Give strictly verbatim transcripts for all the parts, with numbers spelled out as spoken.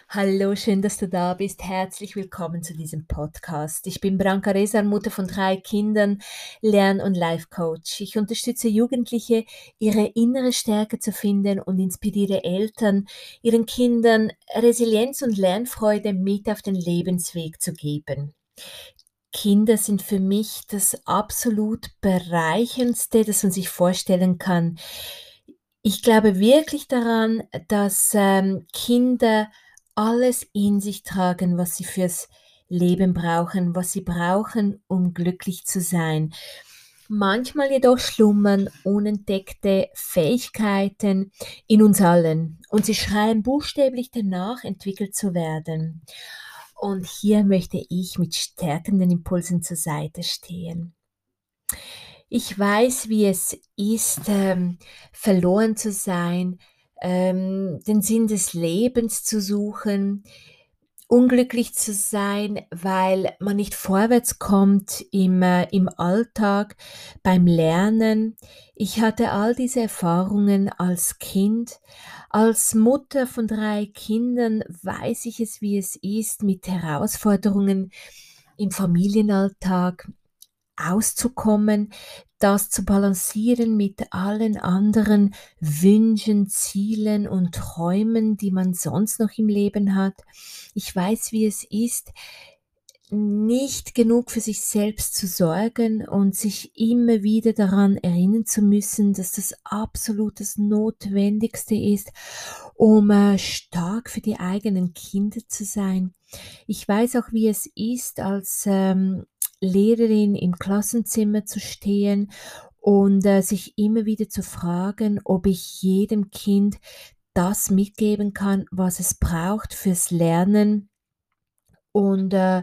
Hallo, schön, dass du da bist. Herzlich willkommen zu diesem Podcast. Ich bin Branka Rezar, Mutter von drei Kindern, Lern- und Life-Coach. Ich unterstütze Jugendliche, ihre innere Stärke zu finden und inspiriere Eltern, ihren Kindern Resilienz und Lernfreude mit auf den Lebensweg zu geben. Kinder sind für mich das absolut Bereicherndste, das man sich vorstellen kann. Ich glaube wirklich daran, dass, ähm, Kinder alles in sich tragen, was sie fürs Leben brauchen, was sie brauchen, um glücklich zu sein. Manchmal jedoch schlummern unentdeckte Fähigkeiten in uns allen und sie schreien buchstäblich danach, entwickelt zu werden. Und hier möchte ich mit stärkenden Impulsen zur Seite stehen. Ich weiß, wie es ist, ähm, verloren zu sein, ähm, den Sinn des Lebens zu suchen, unglücklich zu sein, weil man nicht vorwärts kommt im, äh, im Alltag, beim Lernen. Ich hatte all diese Erfahrungen als Kind. Als Mutter von drei Kindern weiß ich es, wie es ist, mit Herausforderungen im Familienalltag auszukommen, das zu balancieren mit allen anderen Wünschen, Zielen und Träumen, die man sonst noch im Leben hat. Ich weiß, wie es ist, nicht genug für sich selbst zu sorgen und sich immer wieder daran erinnern zu müssen, dass das absolut das Notwendigste ist, um äh, stark für die eigenen Kinder zu sein. Ich weiß auch, wie es ist, als ähm, Lehrerin im Klassenzimmer zu stehen und äh, sich immer wieder zu fragen, ob ich jedem Kind das mitgeben kann, was es braucht fürs Lernen und äh,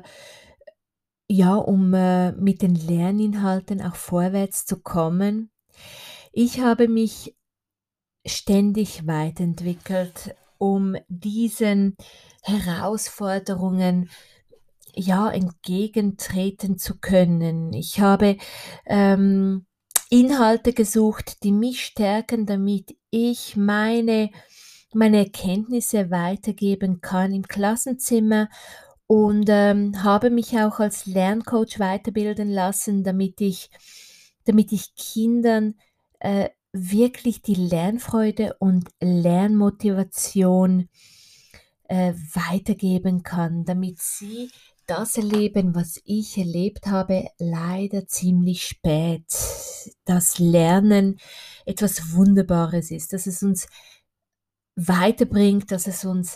ja, um äh, mit den Lerninhalten auch vorwärts zu kommen. Ich habe mich ständig weiterentwickelt, um diesen Herausforderungen ja, entgegentreten zu können. Ich habe, ähm, Inhalte gesucht, die mich stärken, damit ich meine meine Erkenntnisse weitergeben kann im Klassenzimmer und, ähm, habe mich auch als Lerncoach weiterbilden lassen, damit ich damit ich Kindern, äh, wirklich die Lernfreude und Lernmotivation, äh, weitergeben kann, damit sie das erleben, was ich erlebt habe, leider ziemlich spät. Dass Lernen etwas Wunderbares ist, dass es uns weiterbringt, dass es uns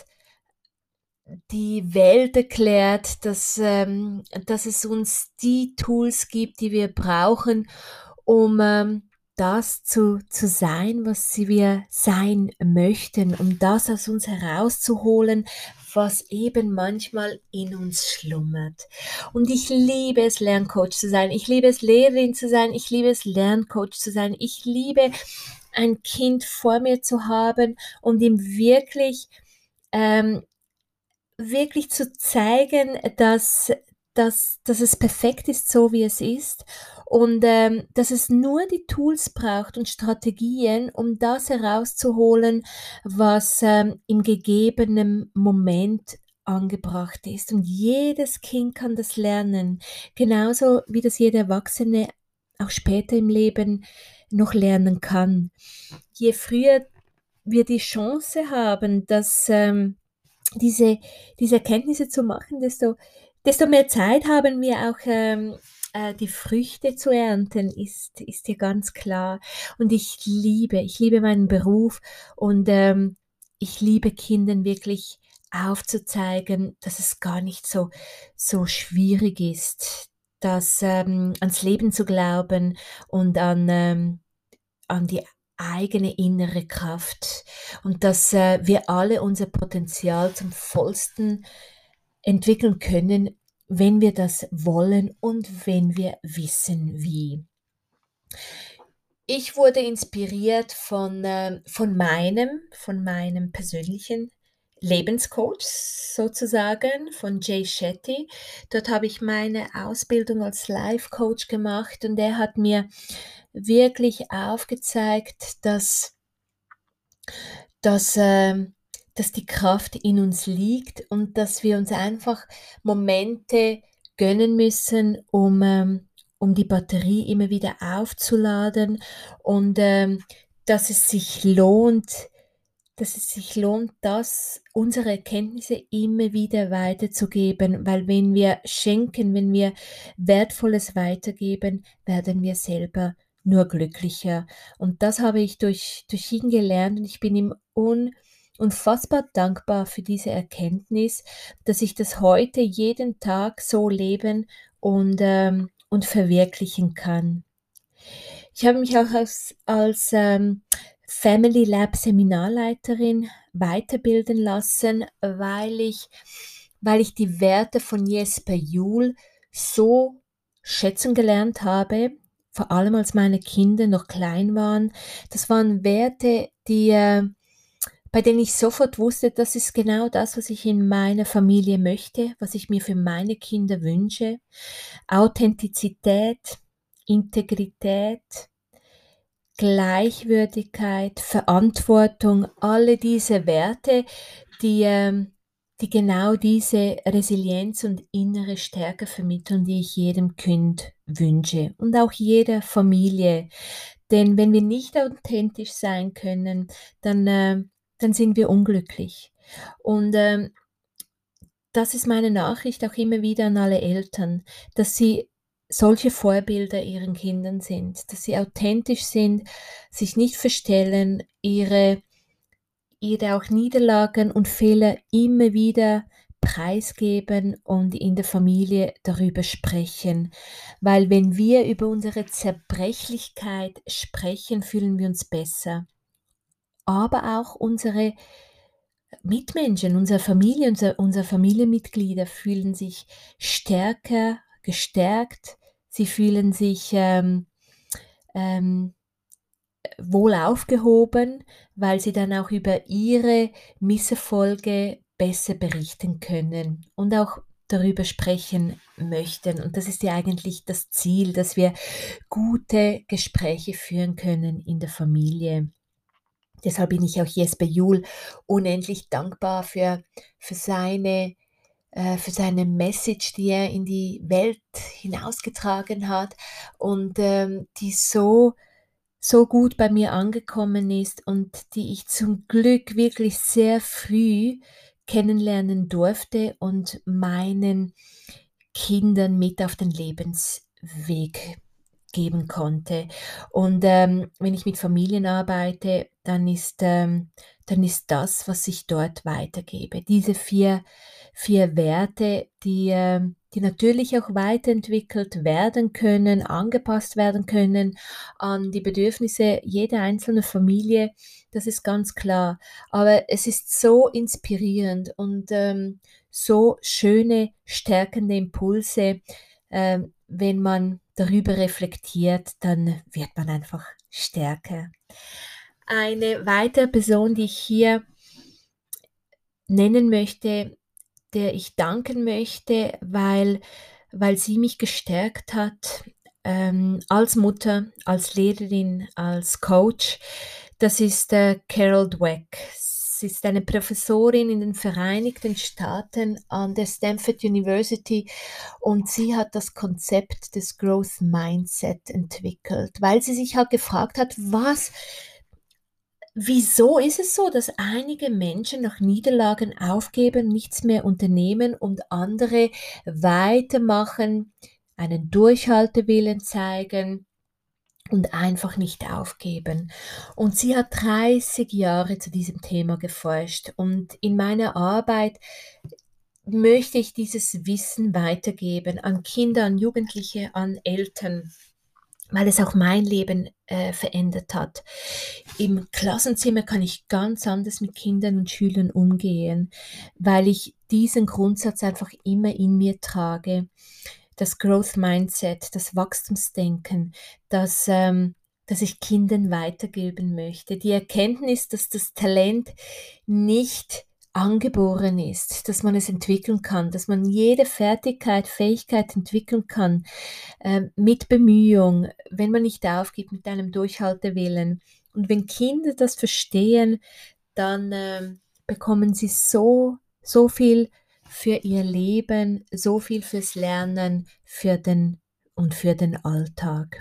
die Welt erklärt, dass, ähm, dass es uns die Tools gibt, die wir brauchen, um ähm, das zu, zu sein, was sie wir sein möchten, um das aus uns herauszuholen, was eben manchmal in uns schlummert. Und ich liebe es, Lerncoach zu sein. Ich liebe es, Lehrerin zu sein. Ich liebe es, Lerncoach zu sein. Ich liebe, ein Kind vor mir zu haben und ihm wirklich ähm, wirklich zu zeigen, dass dass dass es perfekt ist, so wie es ist und, ähm, dass es nur die Tools braucht und Strategien, um das herauszuholen, was, ähm, im gegebenen Moment angebracht ist. Und jedes Kind kann das lernen, genauso wie das jeder Erwachsene auch später im Leben noch lernen kann. Je früher wir die Chance haben, dass, ähm diese diese Erkenntnisse zu machen, desto desto mehr Zeit haben wir auch, ähm, äh, die Früchte zu ernten, ist ist ja ganz klar. Und ich liebe ich liebe meinen Beruf und, ähm, ich liebe Kindern wirklich aufzuzeigen, dass es gar nicht so so schwierig ist, dass, ähm ans Leben zu glauben und an, ähm an die eigene innere Kraft und dass, äh, wir alle unser Potenzial zum Vollsten entwickeln können, wenn wir das wollen und wenn wir wissen wie. Ich wurde inspiriert von, ähm von meinem von meinem persönlichen Lebenscoach sozusagen, von Jay Shetty. Dort habe ich meine Ausbildung als Life Coach gemacht und er hat mir wirklich aufgezeigt, dass dass, ähm dass die Kraft in uns liegt und dass wir uns einfach Momente gönnen müssen, um, ähm, um die Batterie immer wieder aufzuladen und ähm, dass es sich lohnt, dass es sich lohnt, das unsere Erkenntnisse immer wieder weiterzugeben, weil wenn wir schenken, wenn wir Wertvolles weitergeben, werden wir selber nur glücklicher. Und das habe ich durch, durch ihn gelernt und ich bin ihm un, unfassbar dankbar für diese Erkenntnis, dass ich das heute jeden Tag so leben und, ähm, und verwirklichen kann. Ich habe mich auch als, als ähm, Family Lab Seminarleiterin weiterbilden lassen, weil ich, weil ich die Werte von Jesper Juhl so schätzen gelernt habe, vor allem als meine Kinder noch klein waren. Das waren Werte, die, äh, bei denen ich sofort wusste, das ist genau das, was ich in meiner Familie möchte, was ich mir für meine Kinder wünsche. Authentizität, Integrität, Gleichwürdigkeit, Verantwortung, alle diese Werte, die, ähm, die genau diese Resilienz und innere Stärke vermitteln, die ich jedem Kind wünsche und auch jeder Familie. Denn wenn wir nicht authentisch sein können, dann, äh, dann sind wir unglücklich. Und ähm, das ist meine Nachricht auch immer wieder an alle Eltern, dass sie solche Vorbilder ihren Kindern sind, dass sie authentisch sind, sich nicht verstellen, ihre, ihre auch Niederlagen und Fehler immer wieder preisgeben und in der Familie darüber sprechen. Weil wenn wir über unsere Zerbrechlichkeit sprechen, fühlen wir uns besser. Aber auch unsere Mitmenschen, unsere Familie, unser, unsere Familienmitglieder fühlen sich stärker, gestärkt, sie fühlen sich ähm, ähm, wohl aufgehoben, weil sie dann auch über ihre Misserfolge besser berichten können und auch darüber sprechen möchten. Und das ist ja eigentlich das Ziel, dass wir gute Gespräche führen können in der Familie. Deshalb bin ich auch Jesper Juhl unendlich dankbar für, für seine äh, für seine Message, die er in die Welt hinausgetragen hat und ähm, die so, so gut bei mir angekommen ist und die ich zum Glück wirklich sehr früh kennenlernen durfte und meinen Kindern mit auf den Lebensweg geben konnte. Und ähm, wenn ich mit Familien arbeite, dann ist, ähm, dann ist das, was ich dort weitergebe. Diese vier, vier Werte, die, ähm, die natürlich auch weiterentwickelt werden können, angepasst werden können an die Bedürfnisse jeder einzelnen Familie, das ist ganz klar. Aber es ist so inspirierend und ähm, so schöne, stärkende Impulse, ähm, wenn man darüber reflektiert, dann wird man einfach stärker. Eine weitere Person, die ich hier nennen möchte, der ich danken möchte, weil, weil sie mich gestärkt hat, ähm, als Mutter, als Lehrerin, als Coach, das ist äh, Carol Dweck. Sie ist eine Professorin in den Vereinigten Staaten an der Stanford University und sie hat das Konzept des Growth Mindset entwickelt, weil sie sich halt gefragt hat, was, wieso ist es so, dass einige Menschen nach Niederlagen aufgeben, nichts mehr unternehmen und andere weitermachen, einen Durchhaltewillen zeigen und einfach nicht aufgeben. Und sie hat dreißig Jahre zu diesem Thema geforscht und in meiner Arbeit möchte ich dieses Wissen weitergeben an Kinder, an Jugendliche, an Eltern, weil es auch mein Leben äh, verändert hat. Im Klassenzimmer kann ich ganz anders mit Kindern und Schülern umgehen, weil ich diesen Grundsatz einfach immer in mir trage. Das Growth Mindset, das Wachstumsdenken, das, ähm, das ich Kindern weitergeben möchte. Die Erkenntnis, dass das Talent nicht angeboren ist, dass man es entwickeln kann, dass man jede Fertigkeit, Fähigkeit entwickeln kann, ähm, mit Bemühung, wenn man nicht aufgibt, mit einem Durchhaltewillen. Und wenn Kinder das verstehen, dann, ähm, bekommen sie so, so viel für ihr Leben, so viel fürs Lernen, für den und für den Alltag.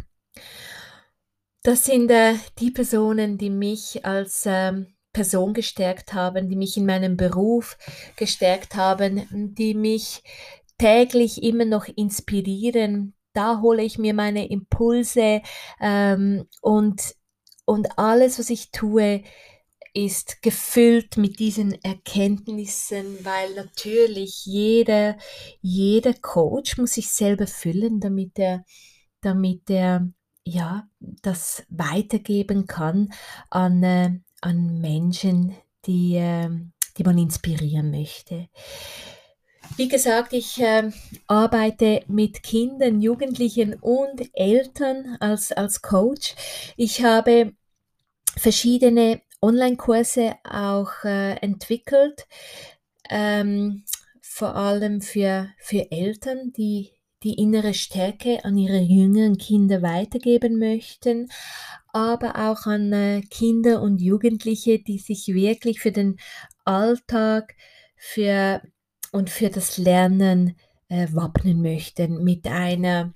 Das sind, äh, die Personen, die mich als, ähm, Person gestärkt haben, die mich in meinem Beruf gestärkt haben, die mich täglich immer noch inspirieren. Da hole ich mir meine Impulse, ähm, und und alles, was ich tue, ist gefüllt mit diesen Erkenntnissen, weil natürlich jeder jeder Coach muss sich selber füllen, damit er damit er, ja, das weitergeben kann an, äh an Menschen, die, ähm die man inspirieren möchte. Wie gesagt, ich, ähm, arbeite mit Kindern, Jugendlichen und Eltern als als Coach. Ich habe verschiedene Onlinekurse auch, äh, entwickelt, ähm, vor allem für für Eltern, die die innere Stärke an ihre jüngeren Kinder weitergeben möchten, aber auch an, äh, Kinder und Jugendliche, die sich wirklich für den Alltag, für und für das Lernen, äh, wappnen möchten mit einer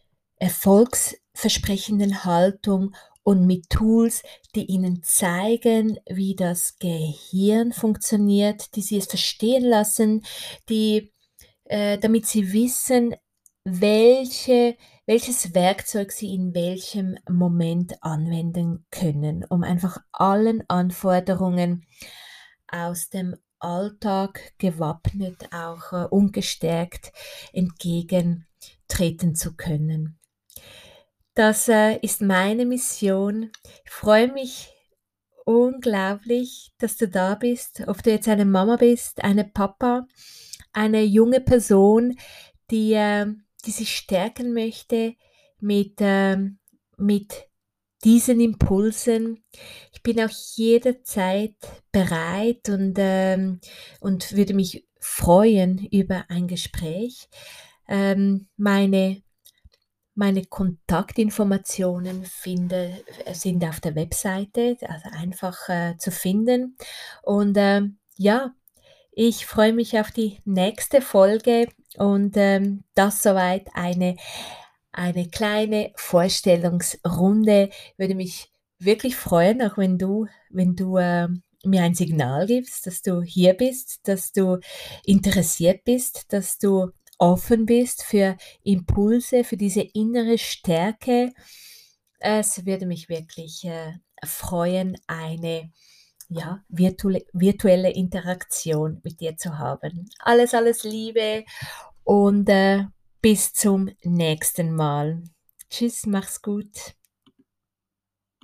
erfolgsversprechenden Haltung und mit Tools, die ihnen zeigen, wie das Gehirn funktioniert, die sie es verstehen lassen, die äh, damit sie wissen, welche welches Werkzeug sie in welchem Moment anwenden können, um einfach allen Anforderungen aus dem Alltag gewappnet, auch, äh, und gestärkt entgegentreten zu können. Das, äh, ist meine Mission. Ich freue mich unglaublich, dass du da bist, ob du jetzt eine Mama bist, eine Papa, eine junge Person, die, ähm die sich stärken möchte mit, ähm mit diesen Impulsen. Ich bin auch jederzeit bereit und, ähm und würde mich freuen über ein Gespräch. Ähm, meine meine Kontaktinformationen finde äh, sind auf der Webseite, also einfach, äh, zu finden. Und, ähm, ja, ich freue mich auf die nächste Folge und, ähm, das soweit eine eine kleine Vorstellungsrunde. Würde mich wirklich freuen, auch wenn du wenn du, ähm, mir ein Signal gibst, dass du hier bist, dass du interessiert bist, dass du offen bist für Impulse, für diese innere Stärke. Es würde mich wirklich, äh, freuen, eine, ja, virtule virtuelle Interaktion mit dir zu haben. Alles, alles Liebe und, äh, bis zum nächsten Mal. Tschüss, mach's gut.